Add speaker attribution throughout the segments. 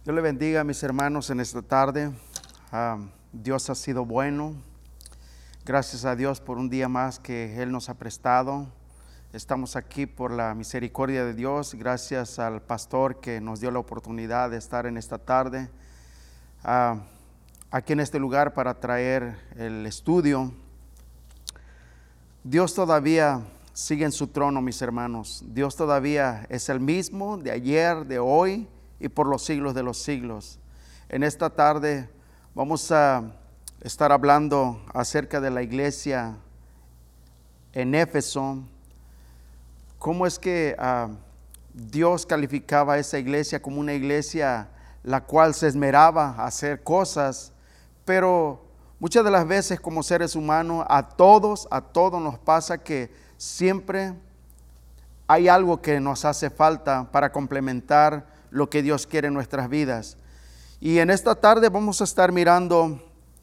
Speaker 1: Dios le bendiga a mis hermanos en esta tarde. Dios ha sido bueno. Gracias a Dios por un día más que Él nos ha prestado. Estamos aquí por la misericordia de Dios. Gracias al pastor que nos dio la oportunidad de estar en esta tarde aquí en este lugar para traer el estudio. Dios todavía sigue en su trono, mis hermanos. Dios todavía es el mismo de ayer, de hoy y por los siglos de los siglos. En esta tarde vamos a estar hablando acerca de la iglesia en Éfeso. Cómo es que Dios calificaba a esa iglesia como una iglesia la cual se esmeraba a hacer cosas, pero muchas de las veces como seres humanos a todos nos pasa que siempre hay algo que nos hace falta para complementar lo que Dios quiere en nuestras vidas. Y en esta tarde vamos a estar mirando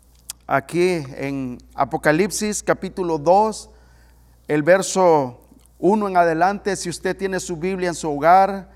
Speaker 1: aquí en Apocalipsis capítulo 2, el verso 1 en adelante. Si usted tiene su Biblia en su hogar,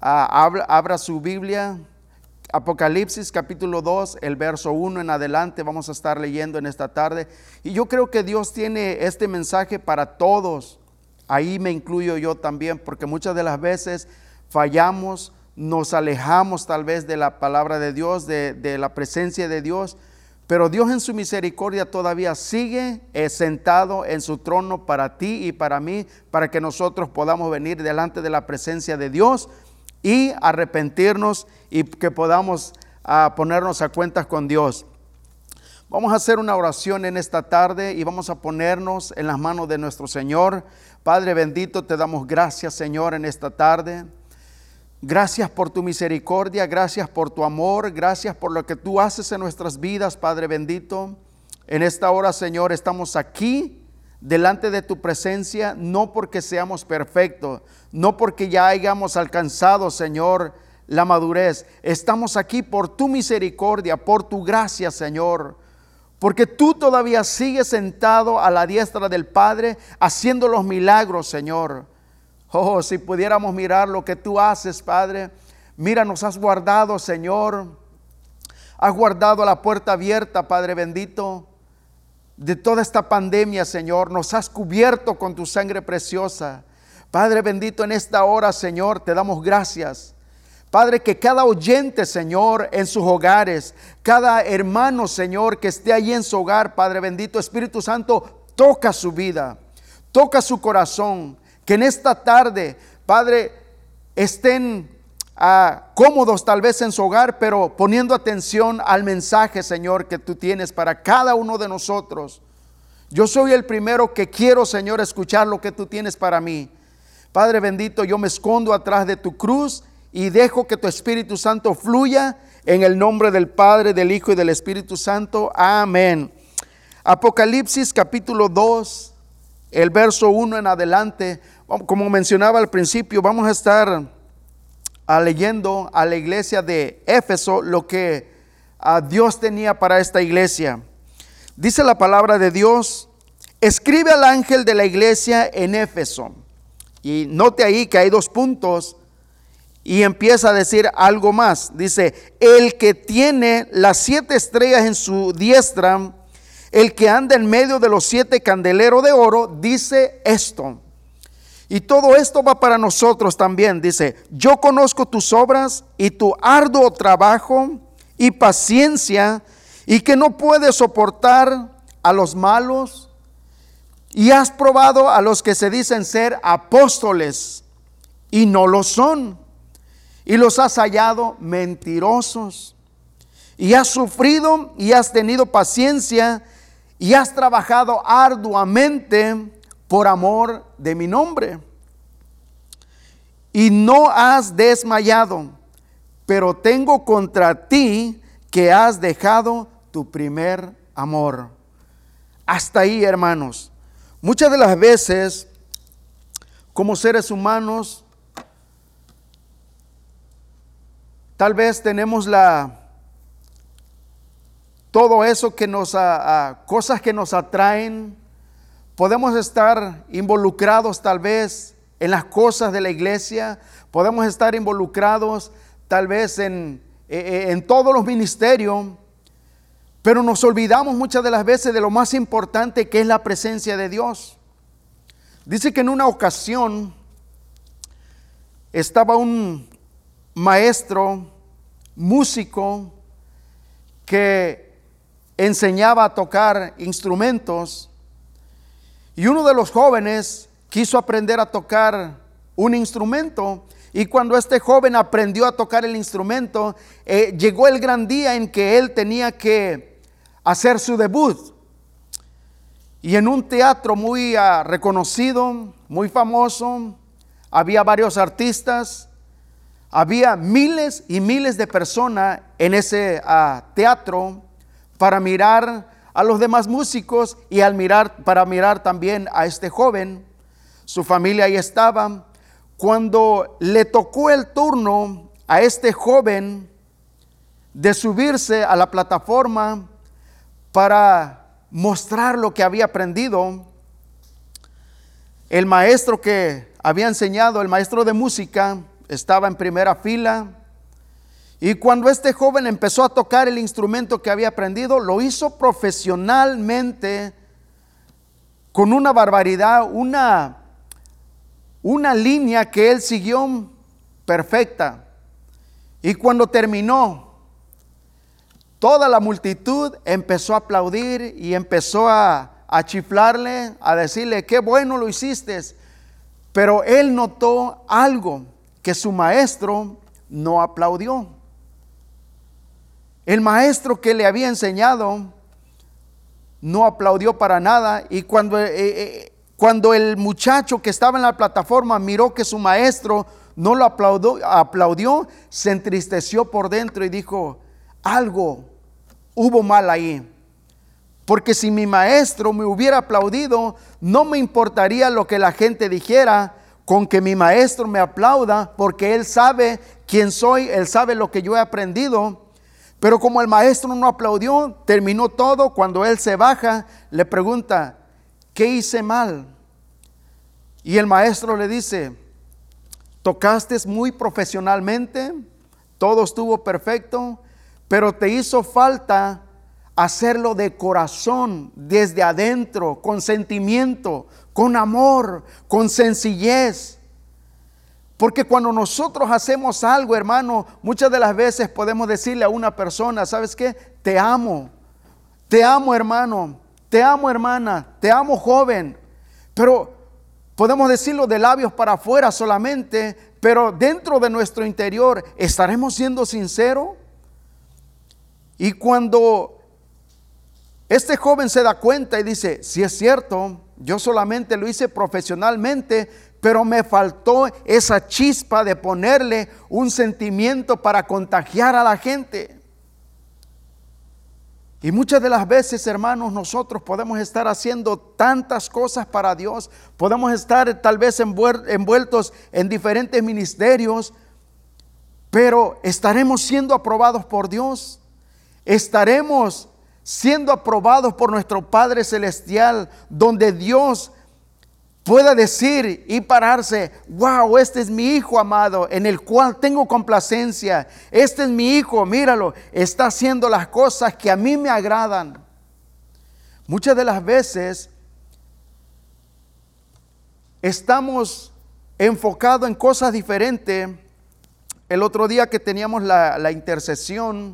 Speaker 1: abra su Biblia. Apocalipsis capítulo 2, el verso 1 en adelante vamos a estar leyendo en esta tarde. Y yo creo que Dios tiene este mensaje para todos. Ahí me incluyo yo también, porque muchas de las veces fallamos, nos alejamos tal vez de la palabra de Dios, de la presencia de Dios, pero Dios en su misericordia todavía sigue sentado en su trono para ti y para mí, para que nosotros podamos venir delante de la presencia de Dios y arrepentirnos y que podamos ponernos a cuentas con Dios. Vamos a hacer una oración en esta tarde y vamos a ponernos en las manos de nuestro Señor. Padre bendito, te damos gracias, Señor, en esta tarde. Gracias por tu misericordia, gracias por tu amor, gracias por lo que tú haces en nuestras vidas, Padre bendito. En esta hora, Señor, estamos aquí delante de tu presencia, no porque seamos perfectos, no porque ya hayamos alcanzado, Señor, la madurez. Estamos aquí por tu misericordia, por tu gracia, Señor, porque tú todavía sigues sentado a la diestra del Padre, haciendo los milagros, Señor. Oh, si pudiéramos mirar lo que tú haces, Padre. Mira, nos has guardado, Señor. Has guardado la puerta abierta, Padre bendito, de toda esta pandemia, Señor. Nos has cubierto con tu sangre preciosa. Padre bendito, en esta hora, Señor, te damos gracias. Padre, que cada oyente, Señor, en sus hogares, cada hermano, Señor, que esté allí en su hogar, Padre bendito, Espíritu Santo, toca su vida, toca su corazón. Que en esta tarde, Padre, estén cómodos tal vez en su hogar, pero poniendo atención al mensaje, Señor, que tú tienes para cada uno de nosotros. Yo soy el primero que quiero, Señor, escuchar lo que tú tienes para mí. Padre bendito, yo me escondo atrás de tu cruz y dejo que tu Espíritu Santo fluya en el nombre del Padre, del Hijo y del Espíritu Santo. Amén. Apocalipsis capítulo 2, el verso 1 en adelante. Como mencionaba al principio, vamos a estar leyendo a la iglesia de Éfeso lo que Dios tenía para esta iglesia. Dice la palabra de Dios: escribe al ángel de la iglesia en Éfeso. Y note ahí que hay 2 puntos y empieza a decir algo más. Dice: el que tiene las 7 estrellas en su diestra, el que anda en medio de los 7 candeleros de oro, dice esto. Y todo esto va para nosotros también. Dice: yo conozco tus obras y tu arduo trabajo y paciencia, y que no puedes soportar a los malos, y has probado a los que se dicen ser apóstoles y no lo son, y los has hallado mentirosos, y has sufrido y has tenido paciencia y has trabajado arduamente por amor de mi nombre, y no has desmayado, pero tengo contra ti que has dejado tu primer amor. Hasta ahí, hermanos. Muchas de las veces, como seres humanos, tal vez tenemos todo eso que nos, cosas que nos atraen. Podemos estar involucrados tal vez en las cosas de la iglesia. Podemos estar involucrados tal vez en en todos los ministerios, pero nos olvidamos muchas de las veces de lo más importante, que es la presencia de Dios. Dice que en una ocasión estaba un maestro, músico, que enseñaba a tocar instrumentos, y uno de los jóvenes quiso aprender a tocar un instrumento. Y cuando este joven aprendió a tocar el instrumento, llegó el gran día en que él tenía que hacer su debut. Y en un teatro muy reconocido, muy famoso, había varios artistas, había miles y miles de personas en ese teatro para mirar a los demás músicos y para mirar también a este joven. Su familia ahí estaba. Cuando le tocó el turno a este joven de subirse a la plataforma para mostrar lo que había aprendido, el maestro que había enseñado, el maestro de música, estaba en primera fila. Y cuando este joven empezó a tocar el instrumento que había aprendido, lo hizo profesionalmente, con una barbaridad, una línea que él siguió perfecta. Y cuando terminó, toda la multitud empezó a aplaudir y empezó a chiflarle, a decirle: qué bueno lo hiciste. Pero él notó algo que su maestro no aplaudió. El maestro que le había enseñado no aplaudió para nada. Y cuando el muchacho que estaba en la plataforma miró que su maestro no lo aplaudió, se entristeció por dentro y dijo: algo hubo mal ahí. Porque si mi maestro me hubiera aplaudido, no me importaría lo que la gente dijera, con que mi maestro me aplauda, porque él sabe quién soy, él sabe lo que yo he aprendido. Pero como el maestro no aplaudió, terminó todo. Cuando él se baja, le pregunta: ¿qué hice mal? Y el maestro le dice: tocaste muy profesionalmente, todo estuvo perfecto, pero te hizo falta hacerlo de corazón, desde adentro, con sentimiento, con amor, con sencillez. Porque cuando nosotros hacemos algo, hermano, muchas de las veces podemos decirle a una persona: ¿sabes qué? Te amo hermano, te amo hermana, te amo joven. Pero podemos decirlo de labios para afuera solamente, pero dentro de nuestro interior, ¿estaremos siendo sinceros? Y cuando este joven se da cuenta y dice: sí es cierto, yo solamente lo hice profesionalmente, pero me faltó esa chispa de ponerle un sentimiento para contagiar a la gente. Y muchas de las veces, hermanos, nosotros podemos estar haciendo tantas cosas para Dios, podemos estar tal vez envueltos en diferentes ministerios, pero ¿estaremos siendo aprobados por Dios? ¿Estaremos siendo aprobados por nuestro Padre Celestial, donde Dios pueda decir y pararse: wow, este es mi hijo amado, en el cual tengo complacencia? Este es mi hijo, míralo, está haciendo las cosas que a mí me agradan. Muchas de las veces estamos enfocados en cosas diferentes. El otro día que teníamos la intercesión,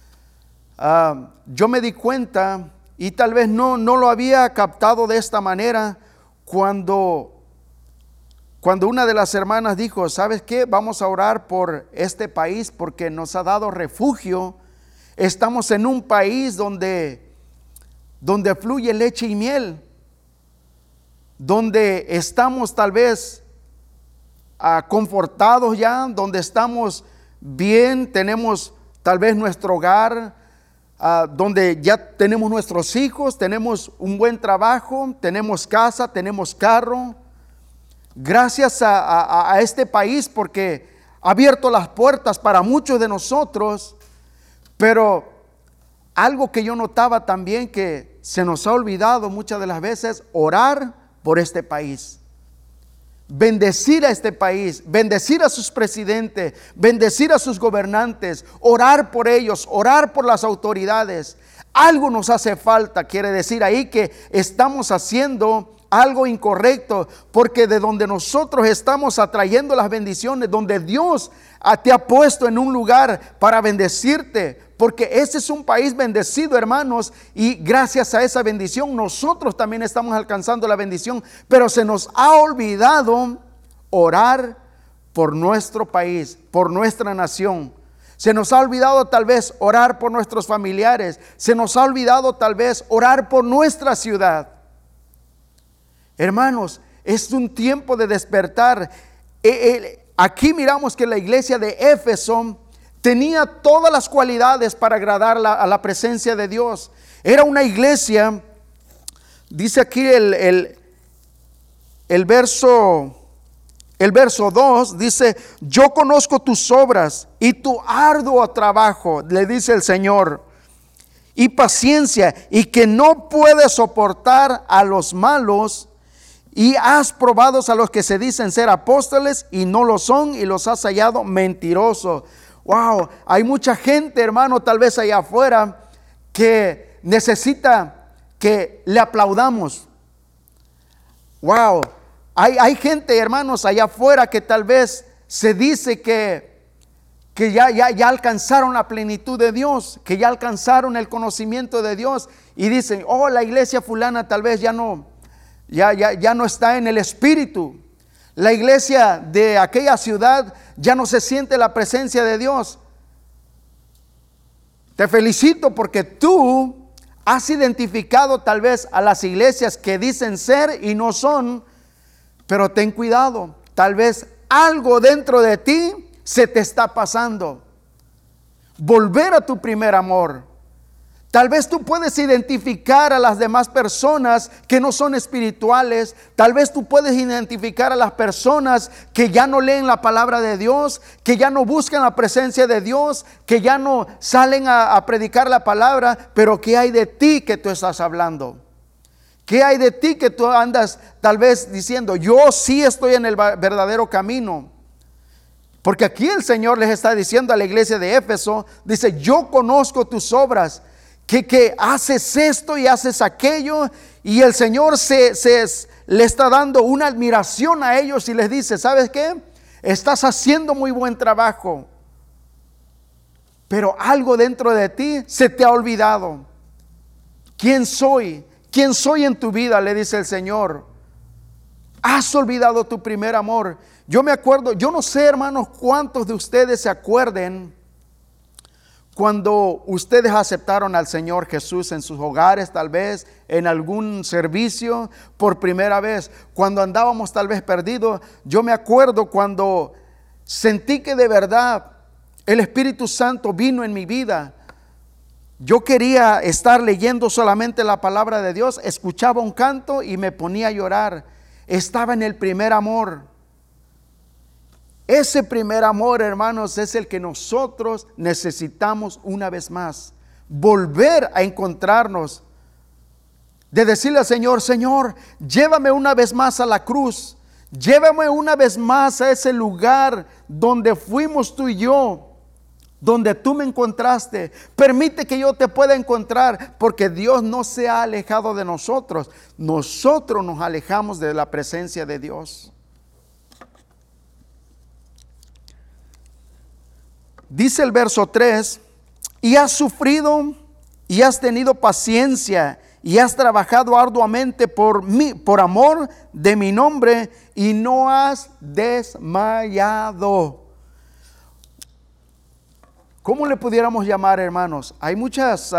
Speaker 1: yo me di cuenta, y tal vez no lo había captado de esta manera, cuando una de las hermanas dijo: ¿sabes qué? Vamos a orar por este país porque nos ha dado refugio. Estamos en un país donde fluye leche y miel, donde estamos tal vez confortados ya, donde estamos bien, tenemos tal vez nuestro hogar, donde ya tenemos nuestros hijos, tenemos un buen trabajo, tenemos casa, tenemos carro. Gracias a este país, porque ha abierto las puertas para muchos de nosotros. Pero algo que yo notaba también, que se nos ha olvidado muchas de las veces: orar por este país. bendecir a este país, bendecir a sus presidentes, bendecir a sus gobernantes, orar por ellos, orar por las autoridades. Algo nos hace falta, quiere decir ahí que estamos haciendo algo incorrecto, porque de donde nosotros estamos atrayendo las bendiciones, donde Dios te ha puesto en un lugar para bendecirte, porque ese es un país bendecido, hermanos, y gracias a esa bendición nosotros también estamos alcanzando la bendición, pero se nos ha olvidado orar por nuestro país, por nuestra nación. Se nos ha olvidado tal vez orar por nuestros familiares, se nos ha olvidado tal vez orar por nuestra ciudad. Hermanos, es un tiempo de despertar. Aquí miramos que la iglesia de Éfeso tenía todas las cualidades para agradar a la presencia de Dios. Era una iglesia, dice aquí el verso 2, dice: yo conozco tus obras y tu arduo trabajo, le dice el Señor, y paciencia, y que no puedes soportar a los malos, y has probado a los que se dicen ser apóstoles y no lo son, y los has hallado mentirosos. Wow, hay mucha gente, hermano, tal vez allá afuera que necesita que le aplaudamos. Wow, hay gente, hermanos, allá afuera que tal vez se dice que ya alcanzaron la plenitud de Dios, que ya alcanzaron el conocimiento de Dios, y dicen: oh, la iglesia fulana tal vez ya no está en el espíritu. La iglesia de aquella ciudad ya no se siente la presencia de Dios. Te felicito porque tú has identificado tal vez a las iglesias que dicen ser y no son, pero ten cuidado, tal vez algo dentro de ti se te está pasando. Volver a tu primer amor. Tal vez tú puedes identificar a las demás personas que no son espirituales. Tal vez tú puedes identificar a las personas que ya no leen la palabra de Dios, que ya no buscan la presencia de Dios, que ya no salen a predicar la palabra. Pero ¿qué hay de ti que tú estás hablando? ¿Qué hay de ti que tú andas tal vez diciendo: yo sí estoy en el verdadero camino? Porque aquí el Señor les está diciendo a la iglesia de Éfeso, dice: yo conozco tus obras, que haces esto y haces aquello, y el Señor le está dando una admiración a ellos y les dice: ¿sabes qué? Estás haciendo muy buen trabajo, pero algo dentro de ti se te ha olvidado. ¿Quién soy? ¿Quién soy en tu vida?, le dice el Señor. Has olvidado tu primer amor. Yo me acuerdo, yo no sé, hermanos, cuántos de ustedes se acuerden cuando ustedes aceptaron al Señor Jesús en sus hogares, tal vez en algún servicio por primera vez, cuando andábamos tal vez perdidos. Yo me acuerdo cuando sentí que de verdad el Espíritu Santo vino en mi vida. Yo quería estar leyendo solamente la palabra de Dios, escuchaba un canto y me ponía a llorar. Estaba en el primer amor. Ese primer amor, hermanos, es el que nosotros necesitamos una vez más. Volver a encontrarnos. De decirle al Señor: Señor, llévame una vez más a la cruz. Llévame una vez más a ese lugar donde fuimos tú y yo, donde tú me encontraste. Permite que yo te pueda encontrar, porque Dios no se ha alejado de nosotros. Nosotros nos alejamos de la presencia de Dios. Dice el verso 3: y has sufrido y has tenido paciencia y has trabajado arduamente por mí, por amor de mi nombre, y no has desmayado. ¿Cómo le pudiéramos llamar, hermanos? Hay muchas,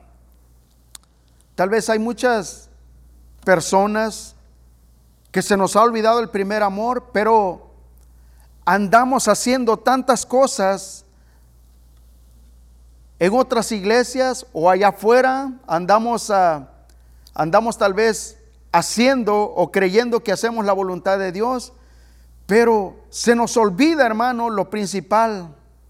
Speaker 1: tal vez hay muchas personas que se nos ha olvidado el primer amor, pero andamos haciendo tantas cosas en otras iglesias o allá afuera. Andamos tal vez haciendo o creyendo que hacemos la voluntad de Dios, pero se nos olvida, hermano, lo principal: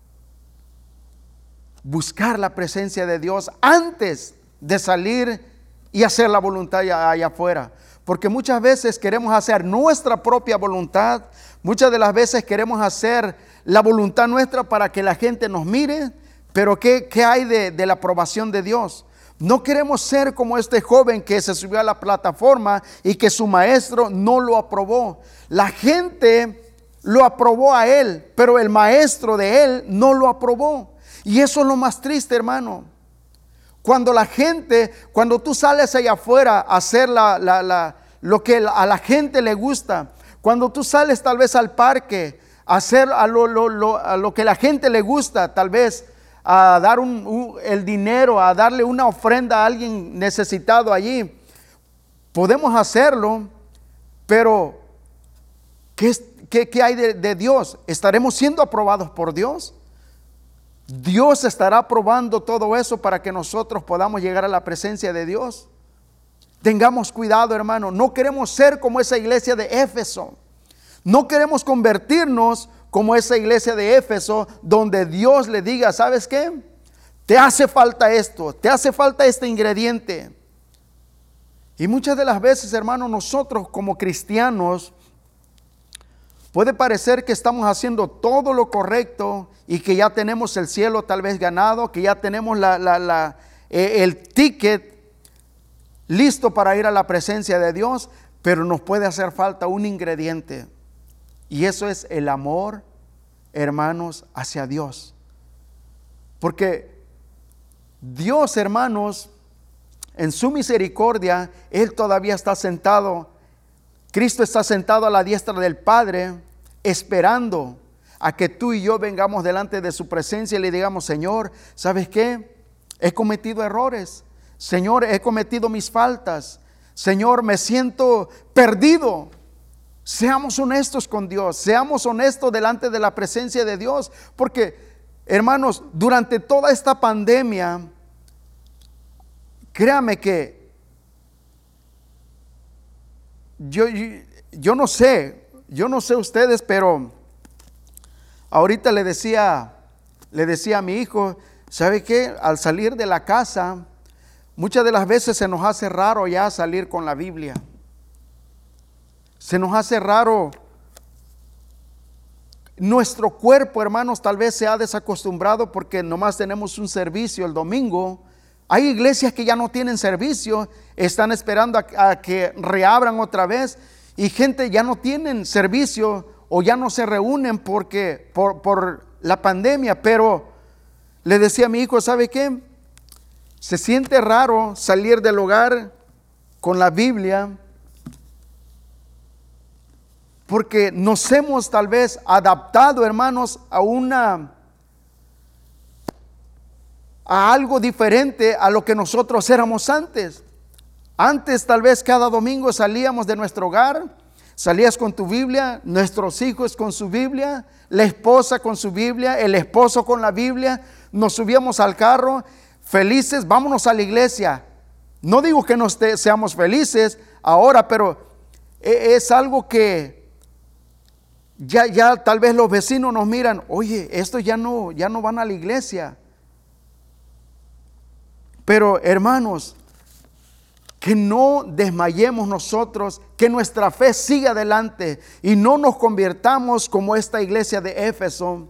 Speaker 1: buscar la presencia de Dios antes de salir y hacer la voluntad allá afuera. Porque muchas veces queremos hacer nuestra propia voluntad, muchas de las veces queremos hacer la voluntad nuestra para que la gente nos mire, pero ¿qué hay de la aprobación de Dios? No queremos ser como este joven que se subió a la plataforma y que su maestro no lo aprobó. La gente lo aprobó a él, pero el maestro de él no lo aprobó. Y eso es lo más triste, hermano. Cuando tú sales allá afuera a hacer lo que a la gente le gusta, cuando tú sales tal vez al parque a hacer a lo que la gente le gusta, tal vez a dar el dinero, a darle una ofrenda a alguien necesitado allí, podemos hacerlo, pero ¿qué hay de Dios? ¿Estaremos siendo aprobados por Dios? Dios estará aprobando todo eso para que nosotros podamos llegar a la presencia de Dios. Tengamos cuidado, hermano. No queremos ser como esa iglesia de Éfeso. No queremos convertirnos como esa iglesia de Éfeso, donde Dios le diga, ¿sabes qué? Te hace falta esto, te hace falta este ingrediente. Y muchas de las veces, hermano, nosotros como cristianos, puede parecer que estamos haciendo todo lo correcto y que ya tenemos el cielo tal vez ganado, que ya tenemos el ticket listo para ir a la presencia de Dios, pero nos puede hacer falta un ingrediente. Y eso es el amor, hermanos, hacia Dios. Porque Dios, hermanos, en su misericordia, Él todavía está sentado. Cristo está sentado a la diestra del Padre, esperando a que tú y yo vengamos delante de su presencia y le digamos, Señor, ¿sabes qué? He cometido errores. Señor, he cometido mis faltas. Señor, me siento perdido. Seamos honestos con Dios, seamos honestos delante de la presencia de Dios, porque, hermanos, durante toda esta pandemia, créame que yo no sé ustedes, pero ahorita le decía a mi hijo, ¿sabe qué? Al salir de la casa, muchas de las veces se nos hace raro ya salir con la Biblia. Se nos hace raro. Nuestro cuerpo, hermanos, tal vez se ha desacostumbrado porque nomás tenemos un servicio el domingo. Hay iglesias que ya no tienen servicio, están esperando a que reabran otra vez, y gente ya no tienen servicio o ya no se reúnen porque por la pandemia. Pero le decía a mi hijo, ¿sabe qué? Se siente raro salir del hogar con la Biblia, porque nos hemos tal vez adaptado, hermanos, a algo diferente a lo que nosotros éramos antes. Antes tal vez cada domingo salíamos de nuestro hogar, salías con tu Biblia, nuestros hijos con su Biblia, la esposa con su Biblia, el esposo con la Biblia, nos subíamos al carro, felices, vámonos a la iglesia. No digo que no seamos felices ahora, pero es algo que ya tal vez los vecinos nos miran, oye, estos ya no van a la iglesia. Pero, hermanos, que no desmayemos nosotros, que nuestra fe siga adelante y no nos convirtamos como esta iglesia de Éfeso,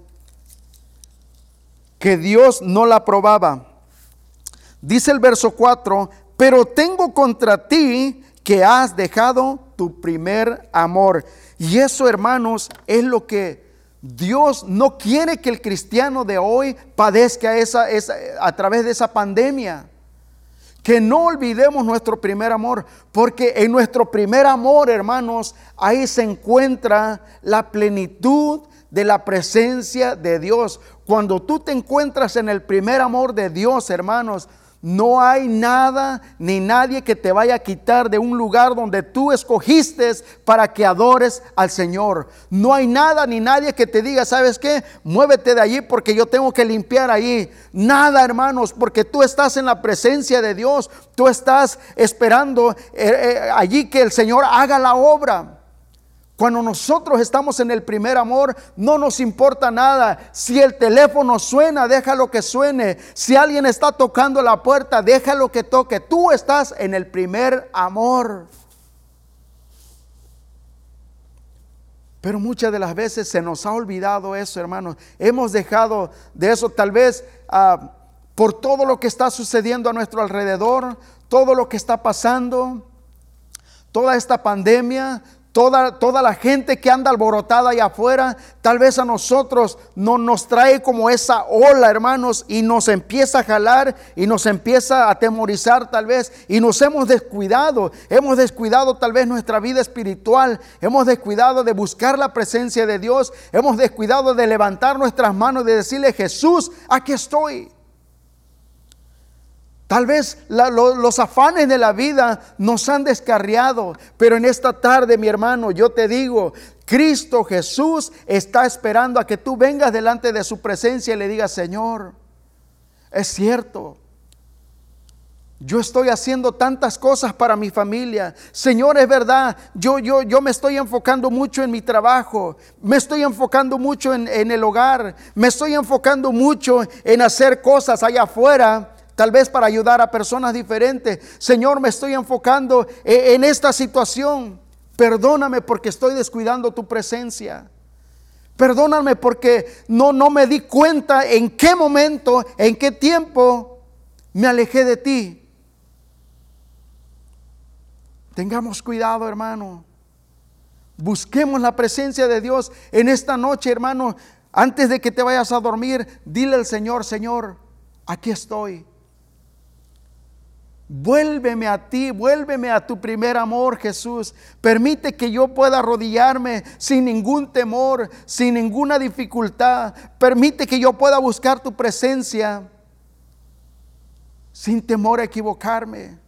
Speaker 1: que Dios no la aprobaba. Dice el verso 4, pero tengo contra ti que has dejado tu primer amor. Y eso, hermanos, es lo que Dios no quiere que el cristiano de hoy padezca a través de esa pandemia. Que no olvidemos nuestro primer amor, porque en nuestro primer amor, hermanos, ahí se encuentra la plenitud de la presencia de Dios. Cuando tú te encuentras en el primer amor de Dios, hermanos, no hay nada ni nadie que te vaya a quitar de un lugar donde tú escogiste para que adores al Señor. No hay nada ni nadie que te diga, ¿sabes qué? Muévete de allí porque yo tengo que limpiar allí. Nada, hermanos, porque tú estás en la presencia de Dios. Tú estás esperando allí que el Señor haga la obra. Cuando nosotros estamos en el primer amor, no nos importa nada. Si el teléfono suena, déjalo que suene. Si alguien está tocando la puerta, déjalo que toque. Tú estás en el primer amor. Pero muchas de las veces se nos ha olvidado eso, hermanos. Hemos dejado de eso, tal vez por todo lo que está sucediendo a nuestro alrededor, todo lo que está pasando, toda esta pandemia, toda la gente que anda alborotada allá afuera, tal vez a nosotros no nos trae como esa ola, hermanos, y nos empieza a jalar y nos empieza a atemorizar tal vez, y nos hemos descuidado tal vez nuestra vida espiritual, hemos descuidado de buscar la presencia de Dios, hemos descuidado de levantar nuestras manos y de decirle: Jesús, aquí estoy. Tal vez los afanes de la vida nos han descarriado, pero en esta tarde, mi hermano, yo te digo, Cristo Jesús está esperando a que tú vengas delante de su presencia y le digas: Señor, es cierto, yo estoy haciendo tantas cosas para mi familia. Señor, es verdad, yo me estoy enfocando mucho en mi trabajo, me estoy enfocando mucho en el hogar, me estoy enfocando mucho en hacer cosas allá afuera, tal vez para ayudar a personas diferentes. Señor, me estoy enfocando en esta situación. Perdóname porque estoy descuidando tu presencia. Perdóname porque no me di cuenta en qué momento, en qué tiempo me alejé de ti. Tengamos cuidado, hermano. Busquemos la presencia de Dios en esta noche, hermano. Antes de que te vayas a dormir, dile al Señor: Señor, aquí estoy. Vuélveme a ti, vuélveme a tu primer amor, Jesús. Permite que yo pueda arrodillarme sin ningún temor, sin ninguna dificultad. Permite que yo pueda buscar tu presencia sin temor a equivocarme.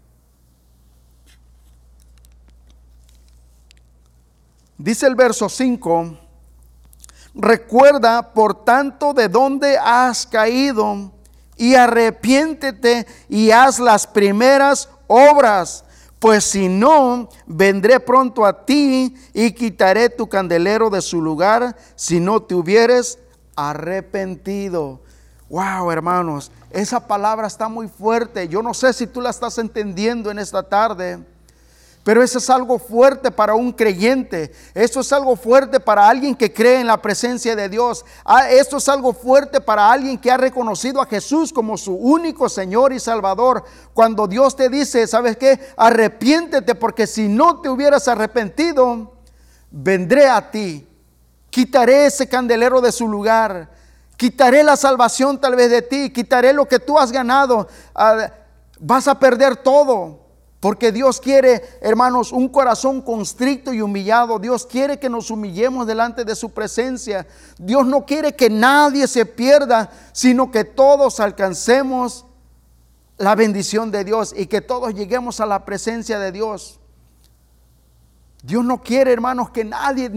Speaker 1: Dice el verso 5: recuerda por tanto de dónde has caído y arrepiéntete y haz las primeras obras, pues si no, vendré pronto a ti y quitaré tu candelero de su lugar si no te hubieres arrepentido. Wow, hermanos, esa palabra está muy fuerte. Yo no sé si tú la estás entendiendo en esta tarde, pero eso es algo fuerte para un creyente. Eso es algo fuerte para alguien que cree en la presencia de Dios. Esto es algo fuerte para alguien que ha reconocido a Jesús como su único Señor y Salvador. Cuando Dios te dice: ¿sabes qué? Arrepiéntete, porque si no te hubieras arrepentido, vendré a ti, quitaré ese candelero de su lugar, quitaré la salvación tal vez de ti, quitaré lo que tú has ganado. Vas a perder todo. Porque Dios quiere, hermanos, un corazón constricto y humillado. Dios quiere que nos humillemos delante de su presencia. Dios no quiere que nadie se pierda, sino que todos alcancemos la bendición de Dios y que todos lleguemos a la presencia de Dios. Dios no quiere, hermanos, que nadie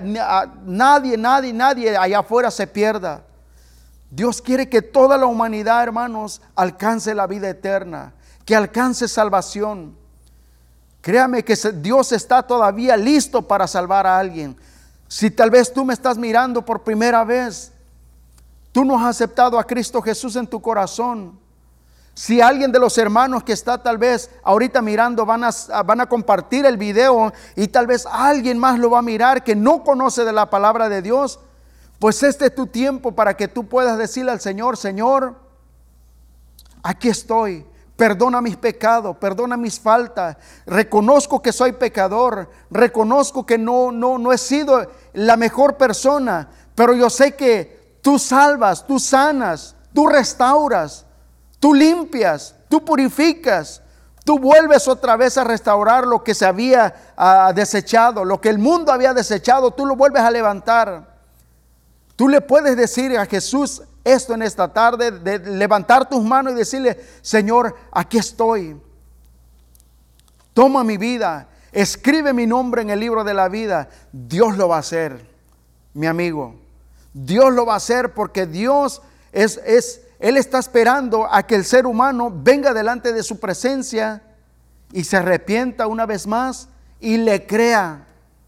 Speaker 1: allá afuera se pierda. Dios quiere que toda la humanidad, hermanos, alcance la vida eterna, que alcance salvación. Créame que Dios está todavía listo para salvar a alguien. Si tal vez tú me estás mirando por primera vez, tú no has aceptado a Cristo Jesús en tu corazón. Si alguien de los hermanos que está tal vez ahorita mirando van a compartir el video, y tal vez alguien más lo va a mirar que no conoce de la palabra de Dios, pues este es tu tiempo para que tú puedas decirle al Señor: Señor, aquí estoy. Perdona mis pecados, perdona mis faltas. Reconozco que soy pecador. Reconozco que no he sido la mejor persona. Pero yo sé que tú salvas, tú sanas, tú restauras, tú limpias, tú purificas. Tú vuelves otra vez a restaurar lo que se había desechado, lo que el mundo había desechado. Tú lo vuelves a levantar. Tú le puedes decir a Jesús esto en esta tarde, de levantar tus manos y decirle: Señor, aquí estoy. Toma mi vida, escribe mi nombre en el libro de la vida. Dios lo va a hacer, mi amigo. Dios lo va a hacer, porque Dios Él está esperando a que el ser humano venga delante de su presencia y se arrepienta una vez más y le crea.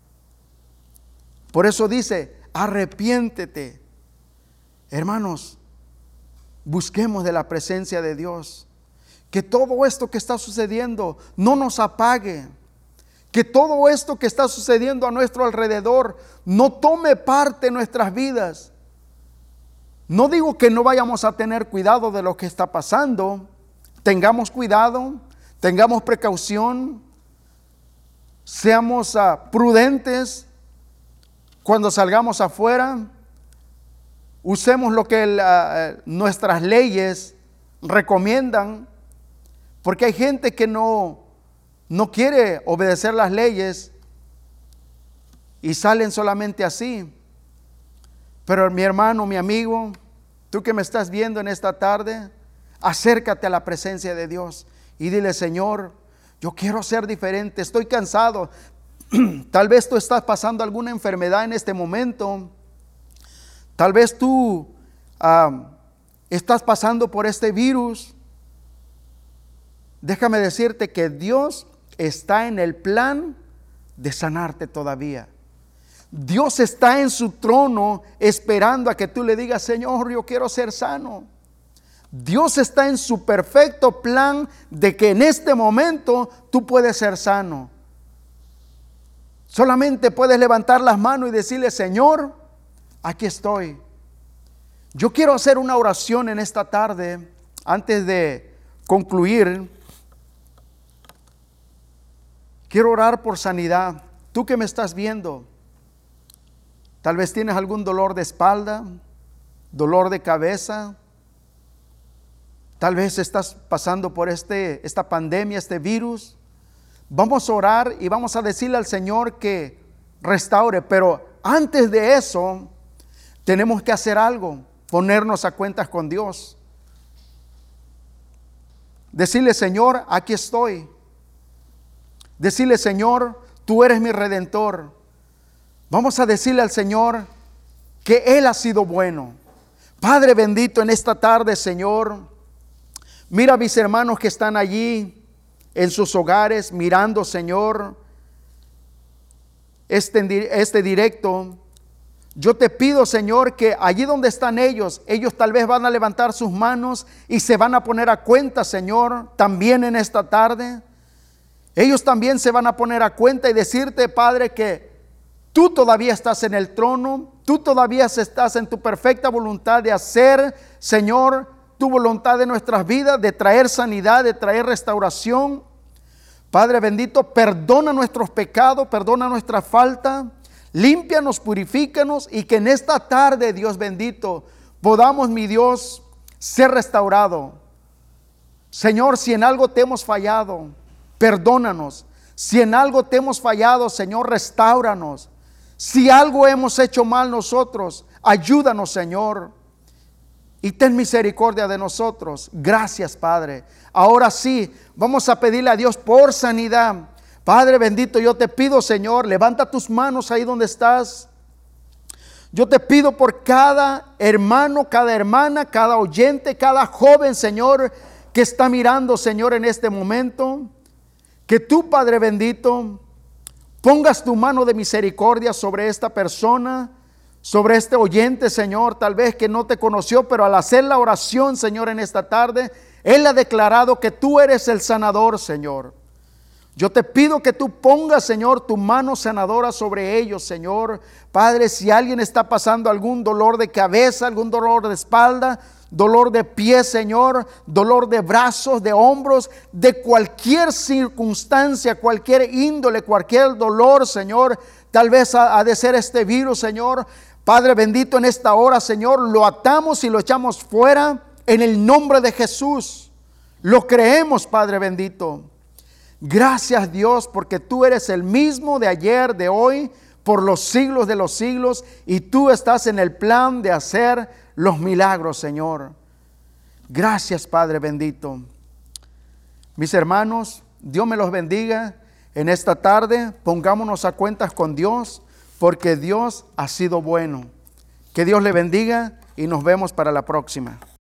Speaker 1: Por eso dice: arrepiéntete. Hermanos, busquemos de la presencia de Dios. Que todo esto que está sucediendo no nos apague. Que todo esto que está sucediendo a nuestro alrededor no tome parte en nuestras vidas. No digo que no vayamos a tener cuidado de lo que está pasando. Tengamos cuidado, tengamos precaución, seamos prudentes cuando salgamos afuera. Usemos lo que nuestras leyes recomiendan, porque hay gente que no quiere obedecer las leyes y salen solamente así. Pero mi hermano, mi amigo, tú que me estás viendo en esta tarde, acércate a la presencia de Dios y dile: Señor, yo quiero ser diferente, estoy cansado. Tal vez tú estás pasando alguna enfermedad en este momento. Tal vez tú estás pasando por este virus. Déjame decirte que Dios está en el plan de sanarte todavía. Dios está en su trono esperando a que tú le digas: Señor, yo quiero ser sano. Dios está en su perfecto plan de que en este momento tú puedes ser sano. Solamente puedes levantar las manos y decirle: Señor, aquí estoy. Yo quiero hacer una oración en esta tarde. Antes de concluir, quiero orar por sanidad. Tú que me estás viendo, tal vez tienes algún dolor de espalda, dolor de cabeza. Tal vez estás pasando por esta pandemia, este virus. Vamos a orar y vamos a decirle al Señor que restaure. Pero antes de eso, tenemos que hacer algo, ponernos a cuentas con Dios. Decirle: Señor, aquí estoy. Decirle: Señor, tú eres mi redentor. Vamos a decirle al Señor que Él ha sido bueno. Padre bendito, en esta tarde, Señor, mira a mis hermanos que están allí en sus hogares mirando, Señor, este directo. Yo te pido, Señor, que allí donde están ellos tal vez van a levantar sus manos y se van a poner a cuenta, Señor, también en esta tarde. Ellos también se van a poner a cuenta y decirte, Padre, que tú todavía estás en el trono, tú todavía estás en tu perfecta voluntad de hacer, Señor, tu voluntad de nuestras vidas, de traer sanidad, de traer restauración. Padre bendito, perdona nuestros pecados, perdona nuestra falta, límpianos, purifícanos, y que en esta tarde, Dios bendito, podamos, mi Dios, ser restaurado. Señor, si en algo te hemos fallado, perdónanos. Si en algo te hemos fallado, Señor, restáuranos. Si algo hemos hecho mal nosotros, ayúdanos, Señor, y ten misericordia de nosotros. Gracias, Padre. Ahora sí, vamos a pedirle a Dios por sanidad. Padre bendito, yo te pido, Señor, levanta tus manos ahí donde estás. Yo te pido por cada hermano, cada hermana, cada oyente, cada joven, Señor, que está mirando, Señor, en este momento. Que tú, Padre bendito, pongas tu mano de misericordia sobre esta persona, sobre este oyente, Señor, tal vez que no te conoció, pero al hacer la oración, Señor, en esta tarde, él ha declarado que tú eres el sanador, Señor. Yo te pido que tú pongas, Señor, tu mano sanadora sobre ellos, Señor. Padre, si alguien está pasando algún dolor de cabeza, algún dolor de espalda, dolor de pies, Señor, dolor de brazos, de hombros, de cualquier circunstancia, cualquier índole, cualquier dolor, Señor, tal vez ha de ser este virus, Señor. Padre bendito, en esta hora, Señor, lo atamos y lo echamos fuera en el nombre de Jesús. Lo creemos, Padre bendito. Gracias, Dios, porque tú eres el mismo de ayer, de hoy, por los siglos de los siglos, y tú estás en el plan de hacer los milagros, Señor. Gracias, Padre bendito. Mis hermanos, Dios me los bendiga. En esta tarde pongámonos a cuentas con Dios, porque Dios ha sido bueno. Que Dios le bendiga y nos vemos para la próxima.